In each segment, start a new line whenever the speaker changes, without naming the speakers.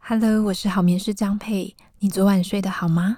Hello，我是好眠师江佩，你昨晚睡得好吗？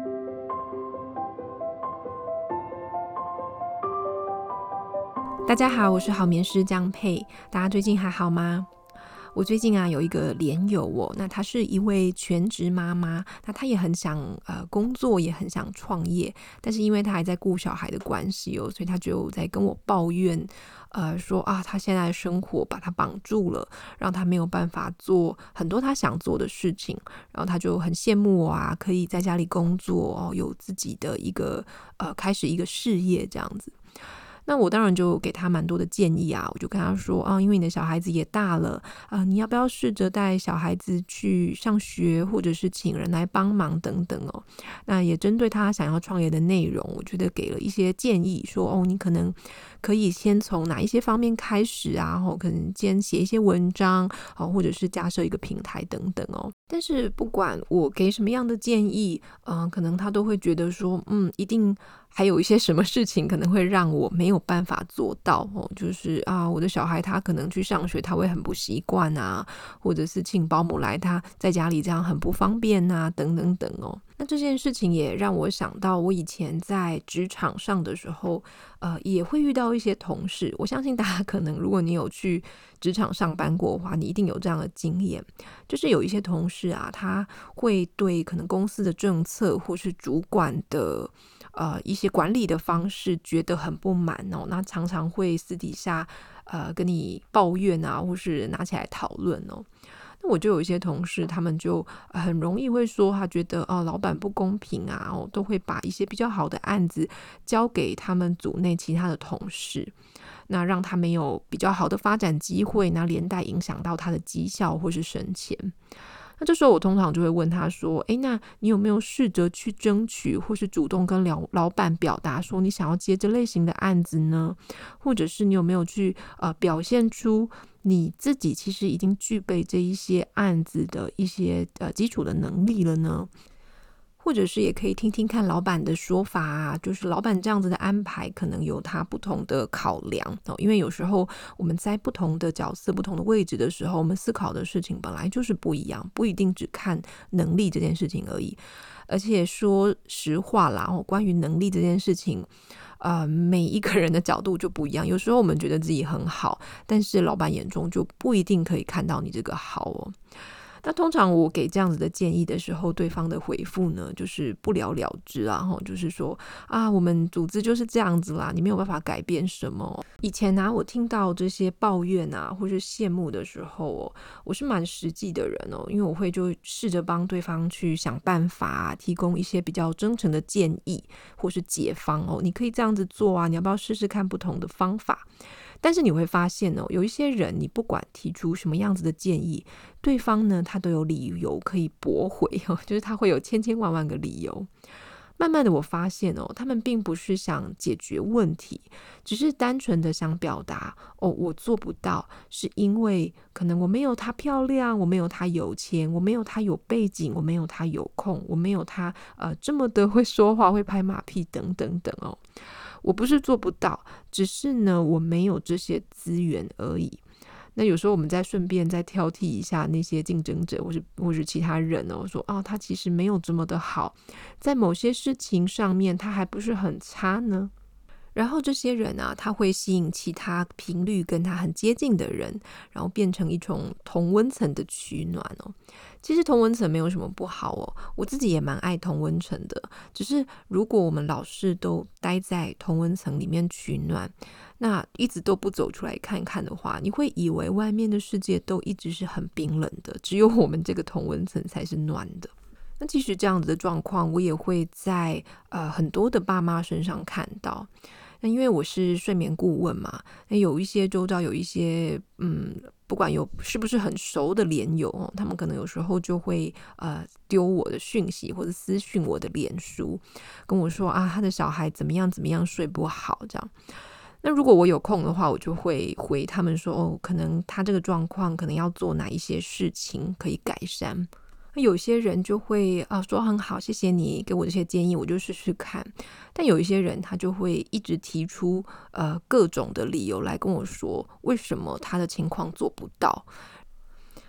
大家好，我是好眠师江佩，大家最近还好吗？我最近有一个连友那她是一位全职妈妈，那她也很想工作，也很想创业，但是因为她还在顾小孩的关系所以她就在跟我抱怨，说她现在的生活把她绑住了，让她没有办法做很多她想做的事情，然后她就很羡慕我可以在家里工作有自己的一个开始一个事业这样子。那我当然就给他蛮多的建议我就跟他说因为你的小孩子也大了你要不要试着带小孩子去上学，或者是请人来帮忙等等那也针对他想要创业的内容，我觉得给了一些建议，说你可能可以先从哪一些方面开始可能先写一些文章或者是架设一个平台等等但是不管我给什么样的建议可能他都会觉得说一定还有一些什么事情可能会让我没有办法做到就是我的小孩他可能去上学他会很不习惯或者是请保姆来他在家里这样很不方便等等等那这件事情也让我想到我以前在职场上的时候也会遇到一些同事，我相信大家可能如果你有去职场上班过的话，你一定有这样的经验，就是有一些同事他会对可能公司的政策或是主管的一些管理的方式觉得很不满那常常会私底下跟你抱怨或是拿起来讨论那我就有一些同事，他们就很容易会说他觉得老板不公平都会把一些比较好的案子交给他们组内其他的同事，那让他没有比较好的发展机会，那连带影响到他的绩效或是升迁。那这时候我通常就会问他说那你有没有试着去争取或是主动跟老板表达说你想要接这类型的案子呢？或者是你有没有去表现出你自己其实已经具备这一些案子的一些基础的能力了呢？或者是也可以听听看老板的说法就是老板这样子的安排可能有他不同的考量因为有时候我们在不同的角色不同的位置的时候，我们思考的事情本来就是不一样，不一定只看能力这件事情而已。而且说实话啦关于能力这件事情每一个人的角度就不一样，有时候我们觉得自己很好，但是老板眼中就不一定可以看到你这个好那通常我给这样子的建议的时候，对方的回复呢就是不了了之就是说我们组织就是这样子啦，你没有办法改变什么以前我听到这些抱怨或是羡慕的时候我是蛮实际的人因为我会就试着帮对方去想办法提供一些比较真诚的建议或是解方你可以这样子做你要不要试试看不同的方法？但是你会发现有一些人你不管提出什么样子的建议，对方呢他都有理由可以驳回就是他会有千千万万个理由。慢慢的我发现他们并不是想解决问题，只是单纯的想表达我做不到，是因为可能我没有她漂亮，我没有她有钱，我没有她有背景，我没有她有空，我没有她这么的会说话会拍马屁等等等我不是做不到，只是呢我没有这些资源而已。那有时候我们再顺便再挑剔一下那些竞争者或是其他人说他其实没有这么的好，在某些事情上面他还不是很差呢。然后这些人他会吸引其他频率跟他很接近的人，然后变成一种同温层的取暖其实同温层没有什么不好我自己也蛮爱同温层的，只是如果我们老是都待在同温层里面取暖，那一直都不走出来看看的话，你会以为外面的世界都一直是很冰冷的，只有我们这个同温层才是暖的。那其实这样子的状况我也会在很多的爸妈身上看到。那因为我是睡眠顾问嘛，那有一些周遭有一些不管是不是很熟的连友他们可能有时候就会丢我的讯息或者私讯我的脸书，跟我说他的小孩怎么样怎么样睡不好这样。那如果我有空的话，我就会回他们说可能他这个状况可能要做哪一些事情可以改善。那有些人就会说很好，谢谢你给我这些建议，我就试试看。但有一些人他就会一直提出各种的理由来跟我说为什么他的情况做不到。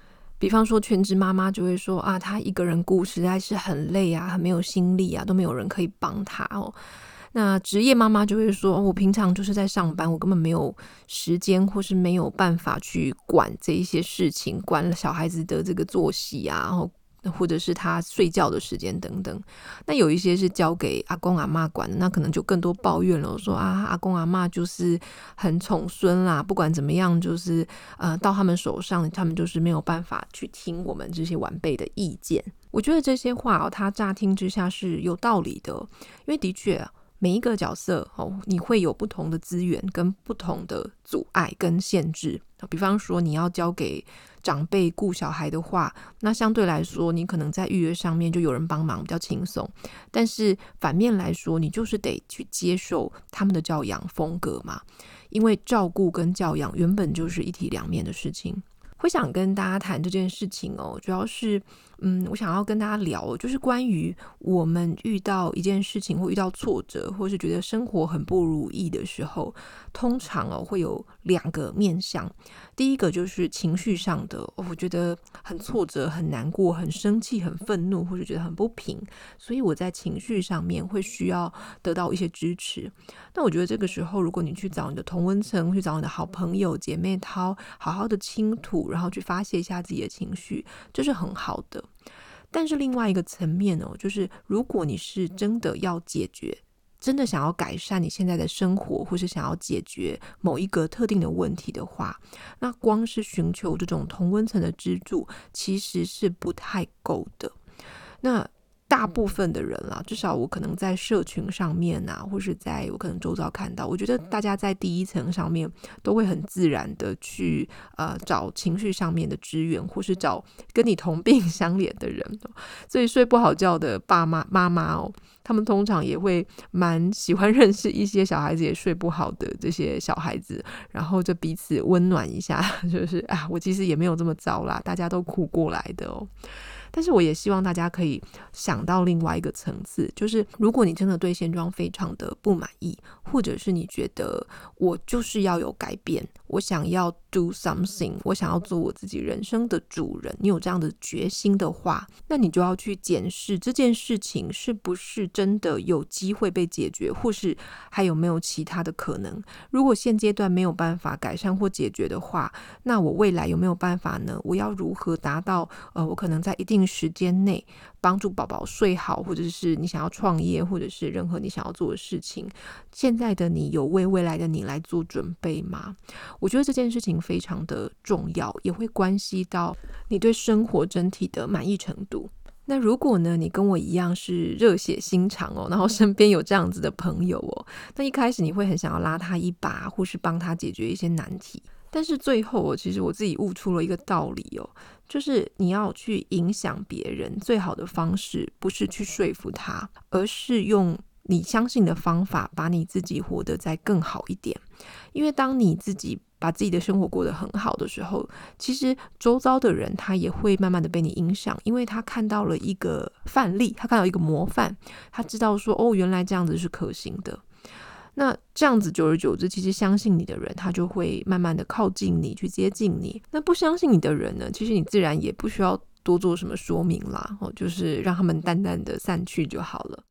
比方说全职妈妈就会说啊，她一个人顾实在是很累啊，很没有心力啊，都没有人可以帮她哦。那职业妈妈就会说，我平常就是在上班，我根本没有时间或是没有办法去管这一些事情，管小孩子的这个作息啊，然后或者是他睡觉的时间等等。那有一些是交给阿公阿嬷管的，那可能就更多抱怨了，说啊，阿公阿嬷就是很宠孙啦，不管怎么样，就是到他们手上，他们就是没有办法去听我们这些晚辈的意见。我觉得这些话他乍听之下是有道理的，因为的确每一个角色你会有不同的资源跟不同的阻碍跟限制。比方说你要交给长辈顾小孩的话，那相对来说你可能在育儿上面就有人帮忙比较轻松，但是反面来说你就是得去接受他们的教养风格嘛，因为照顾跟教养原本就是一体两面的事情。会想跟大家谈这件事情主要是我想要跟大家聊，就是关于我们遇到一件事情或遇到挫折，或是觉得生活很不如意的时候，通常会有2个面向。第一个就是情绪上的，我觉得很挫折、很难过、很生气、很愤怒，或者觉得很不平，所以我在情绪上面会需要得到一些支持。那我觉得这个时候，如果你去找你的同温层，去找你的好朋友、姐妹淘，好好的倾吐，然后去发泄一下自己的情绪，这是很好的。但是另外一个层面就是如果你是真的要解决，真的想要改善你现在的生活，或是想要解决某一个特定的问题的话，那光是寻求这种同温层的支柱其实是不太够的。那大部分的人啦，至少我可能在社群上面啊，或是在我可能周遭看到，我觉得大家在第一层上面都会很自然的去找情绪上面的支援，或是找跟你同病相怜的人。所以睡不好觉的爸妈妈妈他们通常也会蛮喜欢认识一些小孩子也睡不好的这些小孩子，然后就彼此温暖一下，就是我其实也没有这么糟啦，大家都苦过来的但是我也希望大家可以想到另外一个层次，就是如果你真的对现状非常的不满意，或者是你觉得我就是要有改变，我想要 do something， 我想要做我自己人生的主人，你有这样的决心的话，那你就要去检视这件事情是不是真的有机会被解决，或是还有没有其他的可能。如果现阶段没有办法改善或解决的话，那我未来有没有办法呢？我要如何达到我可能在一定时间内帮助宝宝睡好，或者是你想要创业，或者是任何你想要做的事情，现在的你有为未来的你来做准备吗？我觉得这件事情非常的重要，也会关系到你对生活整体的满意程度。那如果呢，你跟我一样是热血心肠然后身边有这样子的朋友那一开始你会很想要拉他一把，或是帮他解决一些难题。但是最后其实我自己悟出了一个道理就是你要去影响别人，最好的方式不是去说服他，而是用你相信的方法把你自己活得再更好一点。因为当你自己把自己的生活过得很好的时候，其实周遭的人他也会慢慢的被你影响，因为他看到了一个范例，他看到一个模范，他知道说原来这样子是可行的。那这样子久而久之，其实相信你的人他就会慢慢的靠近你，去接近你。那不相信你的人呢，其实你自然也不需要多做什么说明啦就是让他们淡淡的散去就好了。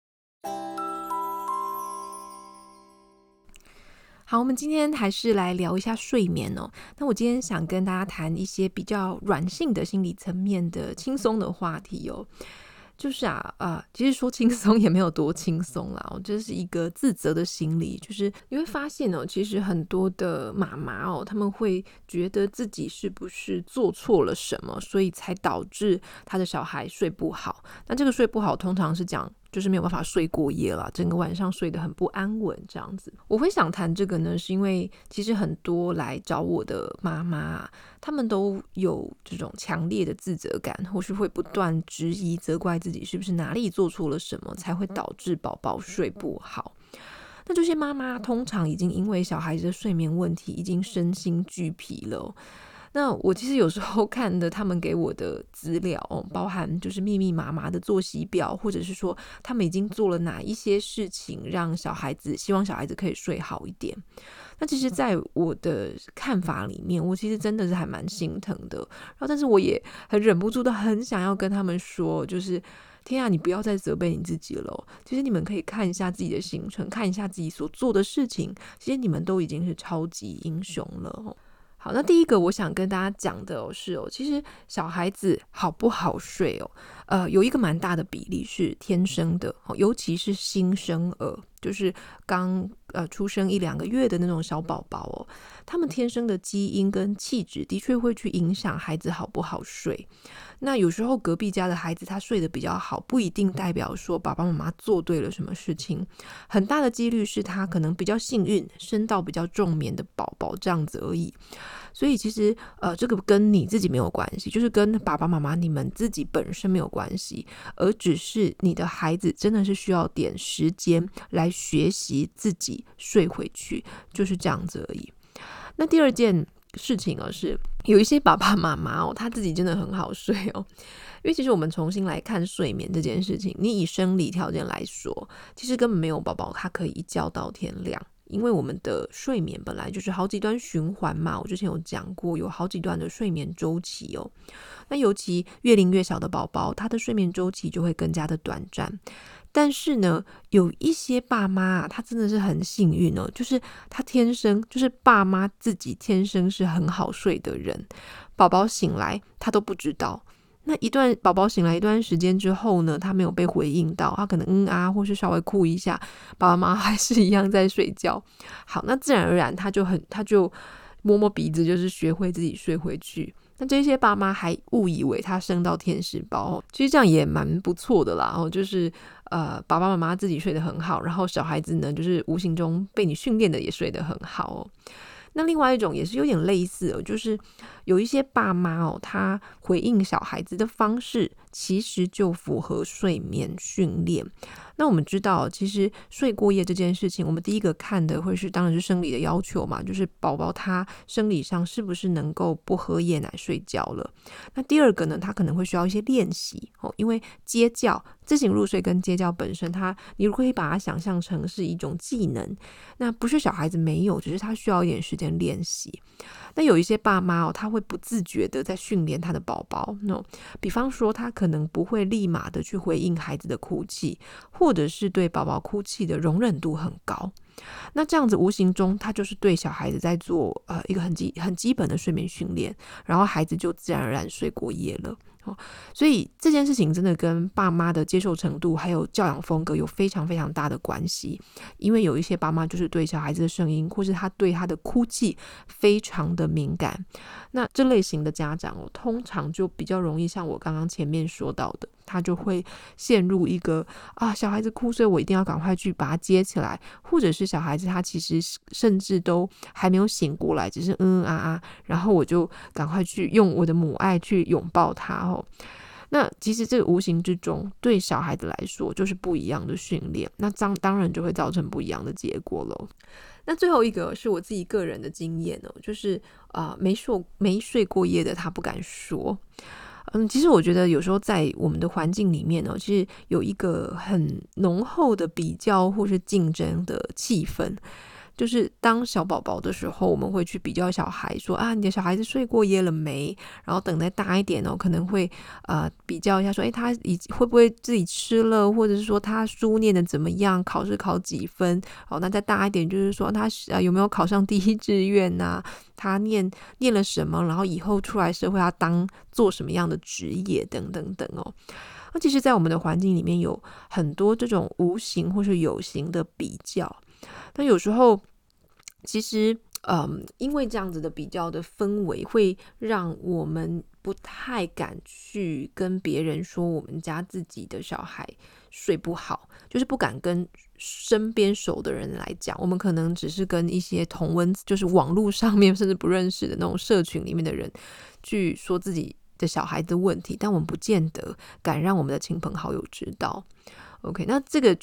好，我们今天还是来聊一下睡眠那我今天想跟大家谈一些比较软性的心理层面的轻松的话题就是其实说轻松也没有多轻松啦这是一个自责的心理。就是你会发现其实很多的妈妈他们会觉得自己是不是做错了什么，所以才导致他的小孩睡不好。那这个睡不好通常是讲就是没有办法睡过夜啦，整个晚上睡得很不安稳这样子。我会想谈这个呢，是因为其实很多来找我的妈妈他们都有这种强烈的自责感，或是会不断质疑责怪自己是不是哪里做错了什么才会导致宝宝睡不好。那这些妈妈通常已经因为小孩子的睡眠问题已经身心俱疲了那我其实有时候看的他们给我的资料包含就是密密麻麻的作息表，或者是说他们已经做了哪一些事情让希望小孩子可以睡好一点。那其实在我的看法里面，我其实真的是还蛮心疼的，然后但是我也很忍不住的很想要跟他们说，就是天啊，你不要再责备你自己了，其实你们可以看一下自己的行程，看一下自己所做的事情，其实你们都已经是超级英雄了。好，那第一个我想跟大家讲的是其实小孩子好不好睡有一个蛮大的比例是天生的，尤其是新生儿，就是刚出生1-2个月的那种小宝宝他们天生的基因跟气质的确会去影响孩子好不好睡。那有时候隔壁家的孩子他睡得比较好，不一定代表说爸爸妈妈做对了什么事情，很大的几率是他可能比较幸运，生到比较重眠的宝宝这样子而已。所以其实这个跟你自己没有关系，就是跟爸爸妈妈你们自己本身没有关系，而只是你的孩子真的是需要点时间来学习自己睡回去，就是这样子而已。那第二件事情是有一些爸爸妈妈他自己真的很好睡因为其实我们重新来看睡眠这件事情，你以生理条件来说，其实根本没有宝宝他可以一觉到天亮，因为我们的睡眠本来就是好几段循环嘛，我之前有讲过有好几段的睡眠周期那尤其月龄越小的宝宝，他的睡眠周期就会更加的短暂。但是呢，有一些爸妈他真的是很幸运就是他天生就是爸妈自己天生是很好睡的人，宝宝醒来他都不知道。那宝宝醒来一段时间之后呢，他没有被回应到，他可能或是稍微哭一下，爸爸妈妈还是一样在睡觉。好，那自然而然他就摸摸鼻子，就是学会自己睡回去。那这些爸妈还误以为他生到天使包其实这样也蛮不错的啦就是爸爸妈妈自己睡得很好，然后小孩子呢就是无形中被你训练的也睡得很好那另外一种也是有点类似就是有一些爸妈他回应小孩子的方式其实就符合睡眠训练。那我们知道其实睡过夜这件事情，我们第一个看的会是当然是生理的要求嘛，就是宝宝他生理上是不是能够不喝夜奶睡觉了。那第二个呢，他可能会需要一些练习因为接觉自行入睡跟接觉本身你可以把它想象成是一种技能，那不是小孩子没有，只是他需要一点时间练习。那有一些爸妈他会不自觉的在训练他的宝宝比方说他可能不会立马的去回应孩子的哭泣，或者是对宝宝哭泣的容忍度很高。那这样子无形中他就是对小孩子在做一个很基本的睡眠训练，然后孩子就自然而然睡过夜了所以这件事情真的跟爸妈的接受程度还有教养风格有非常非常大的关系。因为有一些爸妈就是对小孩子的声音或是他对他的哭泣非常的敏感，那这类型的家长通常就比较容易像我刚刚前面说到的，他就会陷入一个小孩子哭，所以我一定要赶快去把他接起来，或者是小孩子他其实甚至都还没有醒过来，只是然后我就赶快去用我的母爱去拥抱他那其实这个无形之中对小孩子来说就是不一样的训练，那当然就会造成不一样的结果咯。那最后一个是我自己个人的经验就是没睡过夜的他不敢说。其实我觉得有时候在我们的环境里面其实有一个很浓厚的比较或是竞争的气氛，就是当小宝宝的时候，我们会去比较小孩说你的小孩子睡过夜了没，然后等再大一点可能会比较一下说他会不会自己吃了，或者是说他书念的怎么样，考试考几分那再大一点就是说他有没有考上第一志愿他念了什么，然后以后出来社会他做什么样的职业等等等那其实在我们的环境里面有很多这种无形或是有形的比较，但有时候其实因为这样子的比较的氛围会让我们不太敢去跟别人说我们家自己的小孩睡不好，就是不敢跟身边熟的人来讲，我们可能只是跟一些同温就是网络上面甚至不认识的那种社群里面的人去说自己的小孩的问题，但我们不见得敢让我们的亲朋好友知道。OK， 那这个就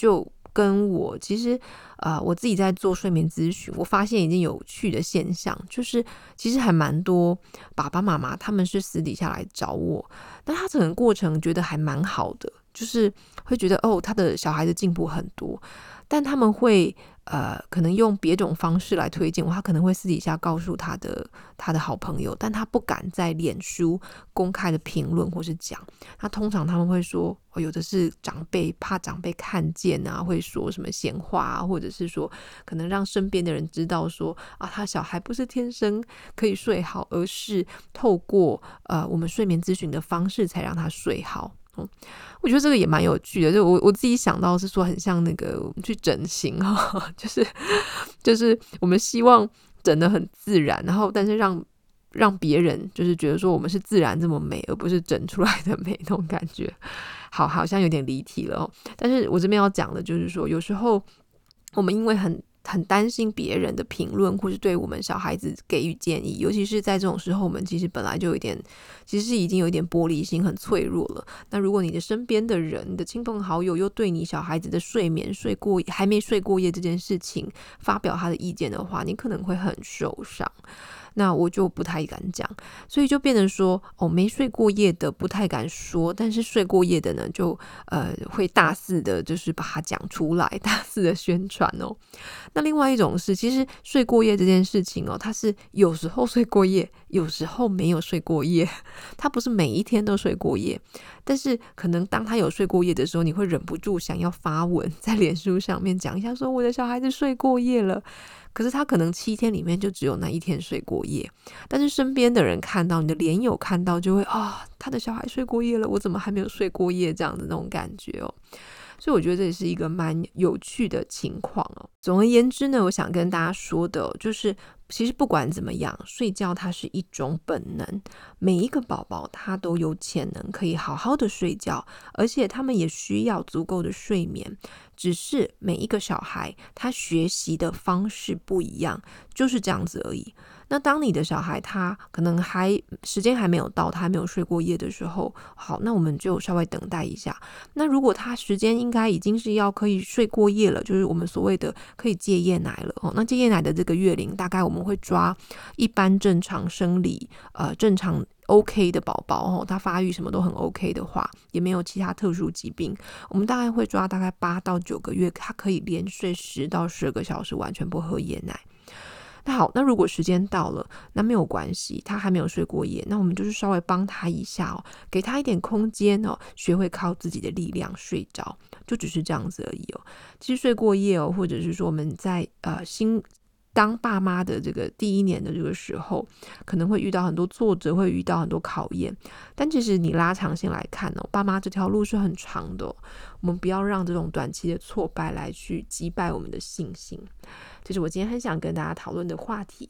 跟我其实我自己在做睡眠咨询，我发现一件有趣的现象，就是其实还蛮多爸爸妈妈他们是私底下来找我，那他整个过程觉得还蛮好的，就是会觉得他的小孩子进步很多，但他们会可能用别种方式来推荐我，他可能会私底下告诉他的好朋友，但他不敢在脸书公开的评论或是讲。那通常他们会说，有的是长辈怕长辈看见啊，会说什么闲话啊，或者是说可能让身边的人知道说他小孩不是天生可以睡好，而是透过我们睡眠咨询的方式才让他睡好。我觉得这个也蛮有趣的，就我自己想到是说很像那个我们去整形就是我们希望整得很自然，然后但是让别人就是觉得说我们是自然这么美，而不是整出来的美那种感觉。好像有点离题了但是我这边要讲的就是说，有时候我们因为很担心别人的评论，或是对我们小孩子给予建议，尤其是在这种时候，我们其实本来就有一点，其实已经有一点玻璃心，很脆弱了。那如果你的身边的人，你的亲朋好友又对你小孩子的睡眠还没睡过夜这件事情发表他的意见的话，你可能会很受伤。那我就不太敢讲，所以就变成说没睡过夜的不太敢说，但是睡过夜的呢就会大肆的就是把它讲出来，大肆的宣传那另外一种是，其实睡过夜这件事情它是有时候睡过夜，有时候没有睡过夜，它不是每一天都睡过夜，但是可能当他有睡过夜的时候，你会忍不住想要发文在脸书上面讲一下说我的小孩子睡过夜了，可是他可能7天里面就只有那1天睡过夜，但是身边的人看到，你的连友看到就会他的小孩睡过夜了，我怎么还没有睡过夜，这样的那种感觉所以我觉得这也是一个蛮有趣的情况总而言之呢，我想跟大家说的就是其实不管怎么样，睡觉它是一种本能，每一个宝宝他都有潜能可以好好的睡觉，而且他们也需要足够的睡眠，只是每一个小孩他学习的方式不一样，就是这样子而已。那当你的小孩他可能时间还没有到，他还没有睡过夜的时候，好，那我们就稍微等待一下。那如果他时间应该已经是要可以睡过夜了，就是我们所谓的可以戒夜奶了那戒夜奶的这个月龄，大概我们会抓一般正常生理正常 OK 的宝宝他发育什么都很 OK 的话，也没有其他特殊疾病，我们大概会抓大概8到9个月，他可以连睡10到12个小时完全不喝夜奶。那好，那如果时间到了，那没有关系，他还没有睡过夜，那我们就是稍微帮他一下给他一点空间学会靠自己的力量睡着，就只是这样子而已其实睡过夜或者是说我们在当爸妈的这个第1年的这个时候，可能会遇到很多挫折，会遇到很多考验，但其实你拉长线来看爸妈这条路是很长的我们不要让这种短期的挫败来去击败我们的信心，这是我今天很想跟大家讨论的话题。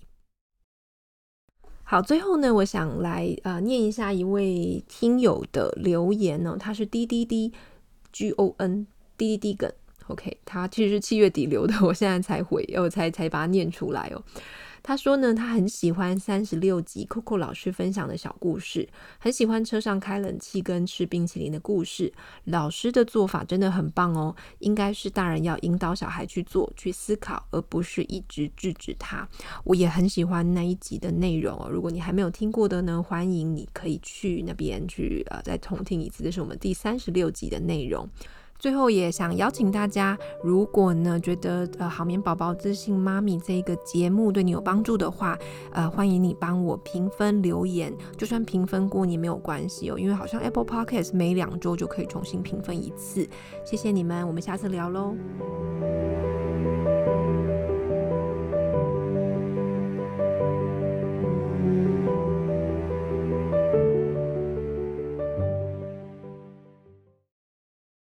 好，最后呢，我想来念一下一位听友的留言他是DDDGON DDD 梗OK， 他其实是7月底留的，我现在才把它念出来他说呢，他很喜欢36集 Coco 老师分享的小故事，很喜欢车上开冷气跟吃冰淇淋的故事，老师的做法真的很棒应该是大人要引导小孩去做，去思考，而不是一直制止他。我也很喜欢那一集的内容如果你还没有听过的呢，欢迎你可以去那边去再重听一次，这是我们第36集的内容。最后也想邀请大家，如果呢觉得好眠宝宝自信妈咪这个节目对你有帮助的话，欢迎你帮我评分留言，就算评分过你没有关系因为好像 Apple Podcast 每2周就可以重新评分一次。谢谢你们，我们下次聊咯。